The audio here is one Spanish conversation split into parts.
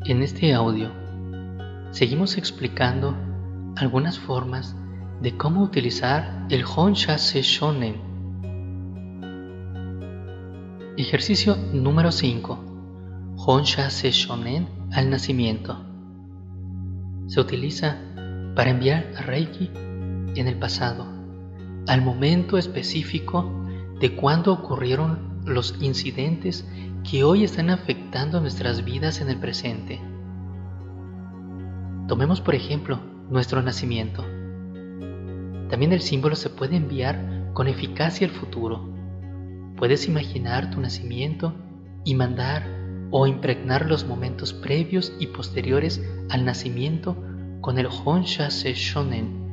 En este audio seguimos explicando algunas formas de cómo utilizar el Honsha Shonen. Ejercicio número 5. Honsha Shonen al nacimiento. Se utiliza para enviar Reiki en el pasado, al momento específico de cuando ocurrieron los incidentes que hoy están afectando nuestras vidas en el presente. Tomemos por ejemplo nuestro nacimiento. También el símbolo se puede enviar con eficacia al futuro. Puedes imaginar tu nacimiento y mandar o impregnar los momentos previos y posteriores al nacimiento con el Honsha Shonen.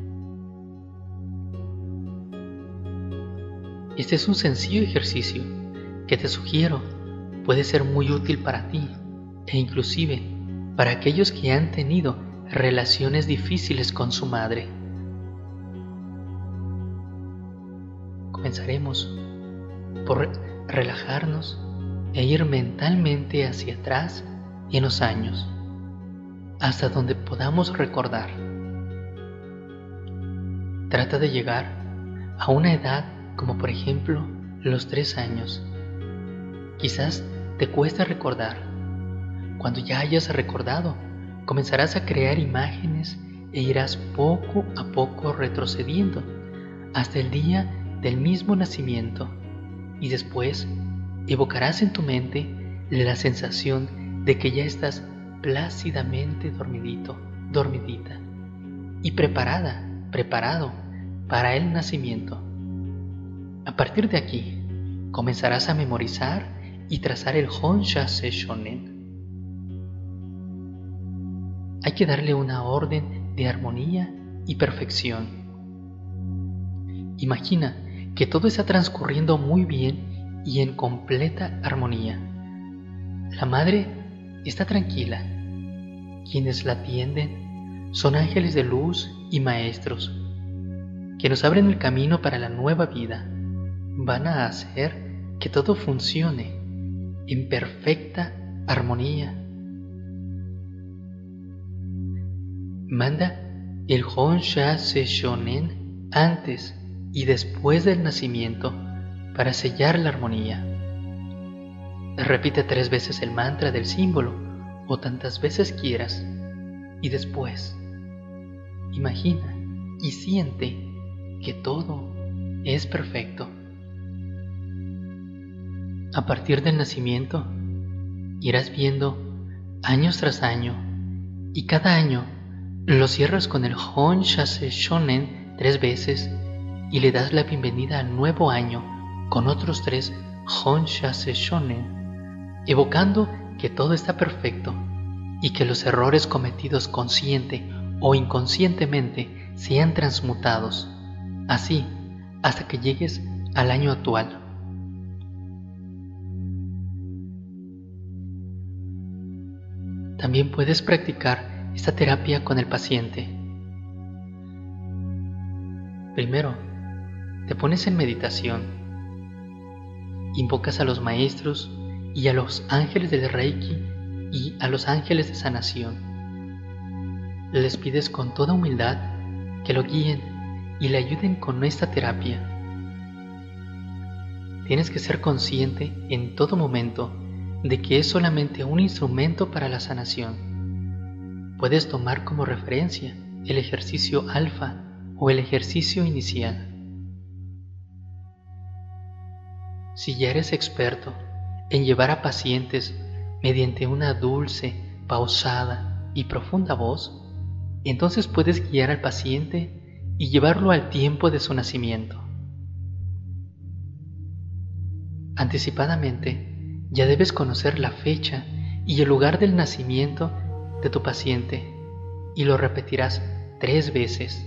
Este es un sencillo ejercicio que te sugiero puede ser muy útil para ti e inclusive para aquellos que han tenido relaciones difíciles con su madre. Comenzaremos por relajarnos e ir mentalmente hacia atrás en los años, hasta donde podamos recordar. Trata de llegar a una edad como por ejemplo los 3 años. Quizás te cuesta recordar. Cuando ya hayas recordado, comenzarás a crear imágenes e irás poco a poco retrocediendo hasta el día del mismo nacimiento, y después evocarás en tu mente la sensación de que ya estás plácidamente dormidita y preparado para el nacimiento. A partir de aquí, comenzarás a memorizar y trazar el Honsha Shonen. Hay que darle una orden de armonía y perfección. Imagina que todo está transcurriendo muy bien y en completa armonía. La madre está tranquila. Quienes la atienden son ángeles de luz y maestros que nos abren el camino para la nueva vida. Van a hacer que todo funcione en perfecta armonía. Manda el Honsha Shonen antes y después del nacimiento para sellar la armonía. Repite 3 veces el mantra del símbolo o tantas veces quieras, y después imagina y siente que todo es perfecto. A partir del nacimiento irás viendo años tras año, y cada año lo cierras con el Honsha Shonen 3 veces y le das la bienvenida al nuevo año con otros 3 Honsha Shonen, evocando que todo está perfecto y que los errores cometidos consciente o inconscientemente sean transmutados, así hasta que llegues al año actual. También puedes practicar esta terapia con el paciente. Primero, te pones en meditación, invocas a los maestros y a los ángeles del Reiki y a los ángeles de sanación. Les pides con toda humildad que lo guíen y le ayuden con esta terapia. Tienes que ser consciente en todo momento de que es solamente un instrumento para la sanación. Puedes tomar como referencia el ejercicio alfa o el ejercicio inicial. Si ya eres experto en llevar a pacientes mediante una dulce, pausada y profunda voz, entonces puedes guiar al paciente y llevarlo al tiempo de su nacimiento. Anticipadamente, ya debes conocer la fecha y el lugar del nacimiento de tu paciente y lo repetirás 3 veces.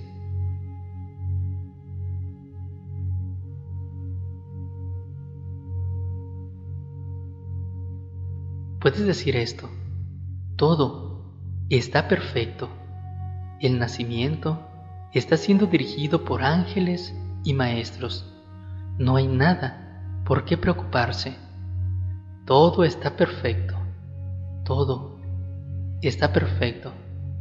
Puedes decir esto: todo está perfecto. El nacimiento está siendo dirigido por ángeles y maestros. No hay nada por qué preocuparse. Todo está perfecto. Todo está perfecto.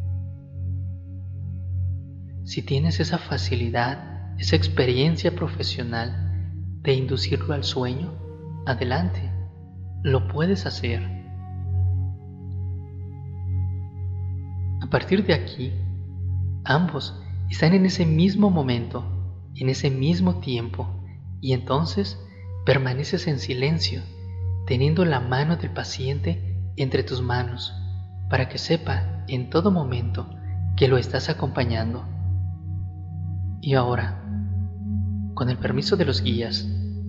Si tienes esa facilidad, esa experiencia profesional de inducirlo al sueño, adelante, lo puedes hacer. A partir de aquí, ambos están en ese mismo momento, en ese mismo tiempo, y entonces permaneces en silencio, teniendo la mano del paciente entre tus manos, para que sepa en todo momento que lo estás acompañando. Y ahora, con el permiso de los guías,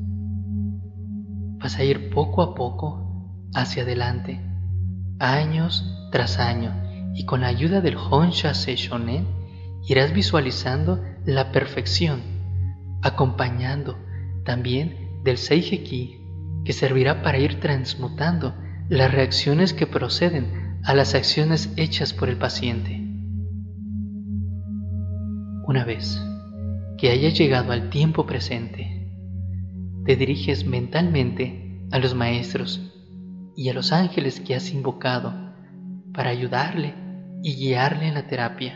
vas a ir poco a poco hacia adelante, años tras año, y con la ayuda del Honsha Seishonen irás visualizando la perfección, acompañando también del Seijeki, que servirá para ir transmutando las reacciones que proceden a las acciones hechas por el paciente. Una vez que hayas llegado al tiempo presente, te diriges mentalmente a los maestros y a los ángeles que has invocado para ayudarle y guiarle en la terapia.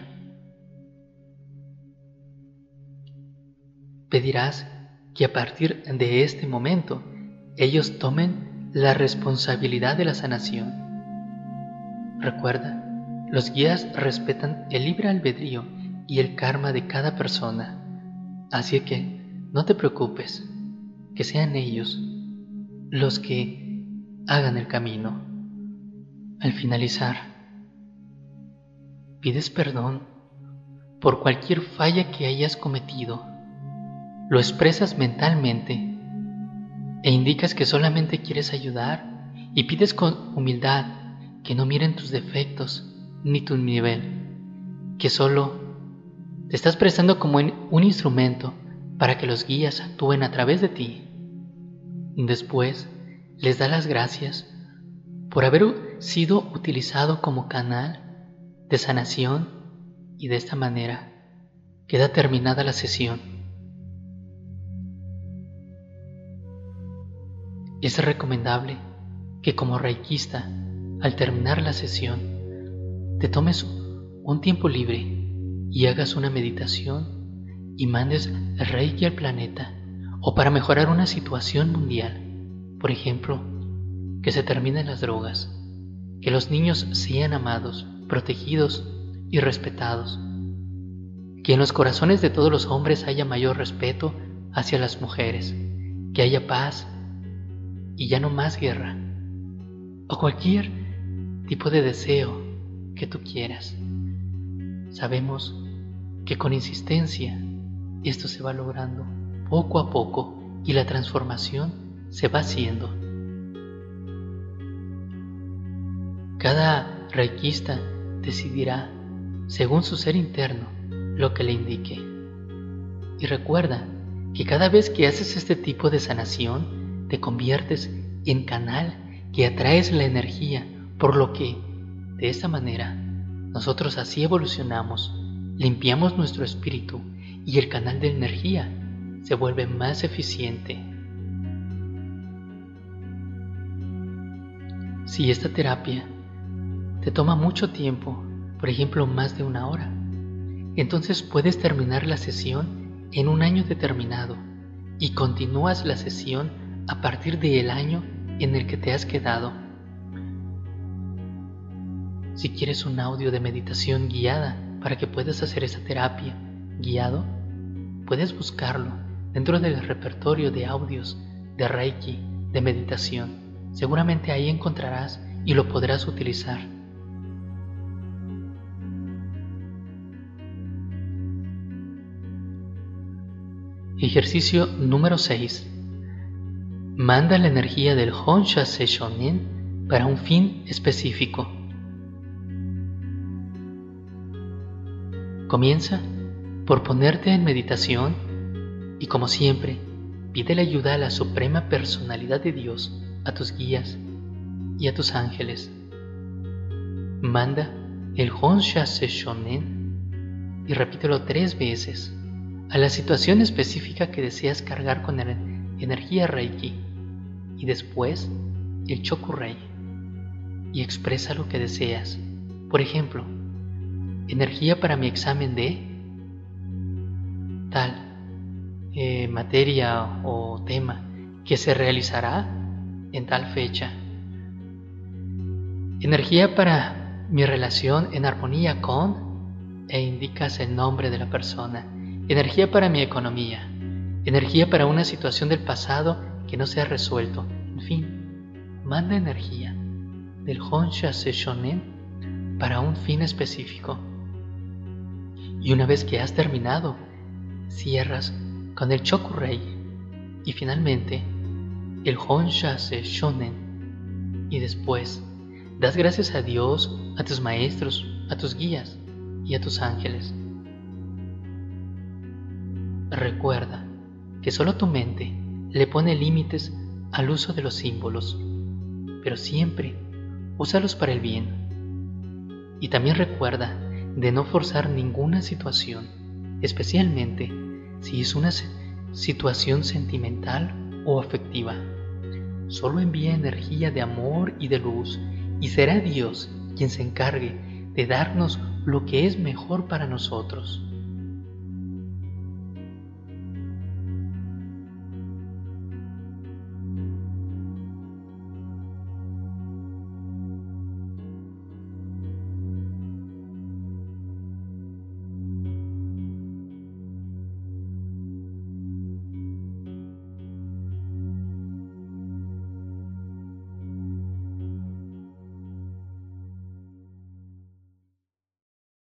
Pedirás que a partir de este momento ellos tomen la responsabilidad de la sanación. Recuerda, los guías respetan el libre albedrío y el karma de cada persona, así que no te preocupes, que sean ellos los que hagan el camino. Al finalizar, pides perdón por cualquier falla que hayas cometido, lo expresas mentalmente e indicas que solamente quieres ayudar y pides con humildad que no miren tus defectos ni tu nivel, que solo te estás prestando como un instrumento para que los guías actúen a través de ti. Después, les da las gracias por haber sido utilizado como canal de sanación y de esta manera queda terminada la sesión. Es recomendable que como reikista, al terminar la sesión, te tomes un tiempo libre y hagas una meditación y mandes el reiki al planeta, o para mejorar una situación mundial, por ejemplo, que se terminen las drogas, que los niños sean amados, protegidos y respetados, que en los corazones de todos los hombres haya mayor respeto hacia las mujeres, que haya paz y ya no más guerra, o cualquier tipo de deseo que tú quieras. Sabemos que con insistencia esto se va logrando poco a poco y la transformación se va haciendo. Cada reikista decidirá, según su ser interno, lo que le indique. Y recuerda que cada vez que haces este tipo de sanación, te conviertes en canal que atraes la energía, por lo que, de esta manera, nosotros así evolucionamos, limpiamos nuestro espíritu y el canal de energía se vuelve más eficiente. Si esta terapia te toma mucho tiempo, por ejemplo más de 1 hora, entonces puedes terminar la sesión en un año determinado y continúas la sesión a partir del año en el que te has quedado. Si quieres un audio de meditación guiada para que puedas hacer esa terapia guiado, puedes buscarlo dentro del repertorio de audios de Reiki, de meditación. Seguramente ahí encontrarás y lo podrás utilizar. Ejercicio número 6. Manda la energía del Honsha Seishonen para un fin específico. Comienza por ponerte en meditación y, como siempre, pide la ayuda a la Suprema Personalidad de Dios, a tus guías y a tus ángeles. Manda el Honsha Seishonen y repítelo 3 veces a la situación específica que deseas cargar con energía Reiki, y después el Chokurei, y expresa lo que deseas, Por ejemplo, energía para mi examen de tal materia o tema que se realizará en tal fecha. Energía para mi relación en armonía con, e indicas el nombre de la persona. Energía para mi economía. Energía para una situación del pasado que no se ha resuelto. En fin, manda energía del Honsha-se Shonen para un fin específico. Y una vez que has terminado, cierras con el Chokurei y finalmente el Honsha-se Shonen, y después das gracias a Dios, a tus maestros, a tus guías y a tus ángeles. Recuerda que solo tu mente le pone límites al uso de los símbolos, pero siempre úsalos para el bien. Y también recuerda de no forzar ninguna situación, especialmente si es una situación sentimental o afectiva. Solo envía energía de amor y de luz, y será Dios quien se encargue de darnos lo que es mejor para nosotros.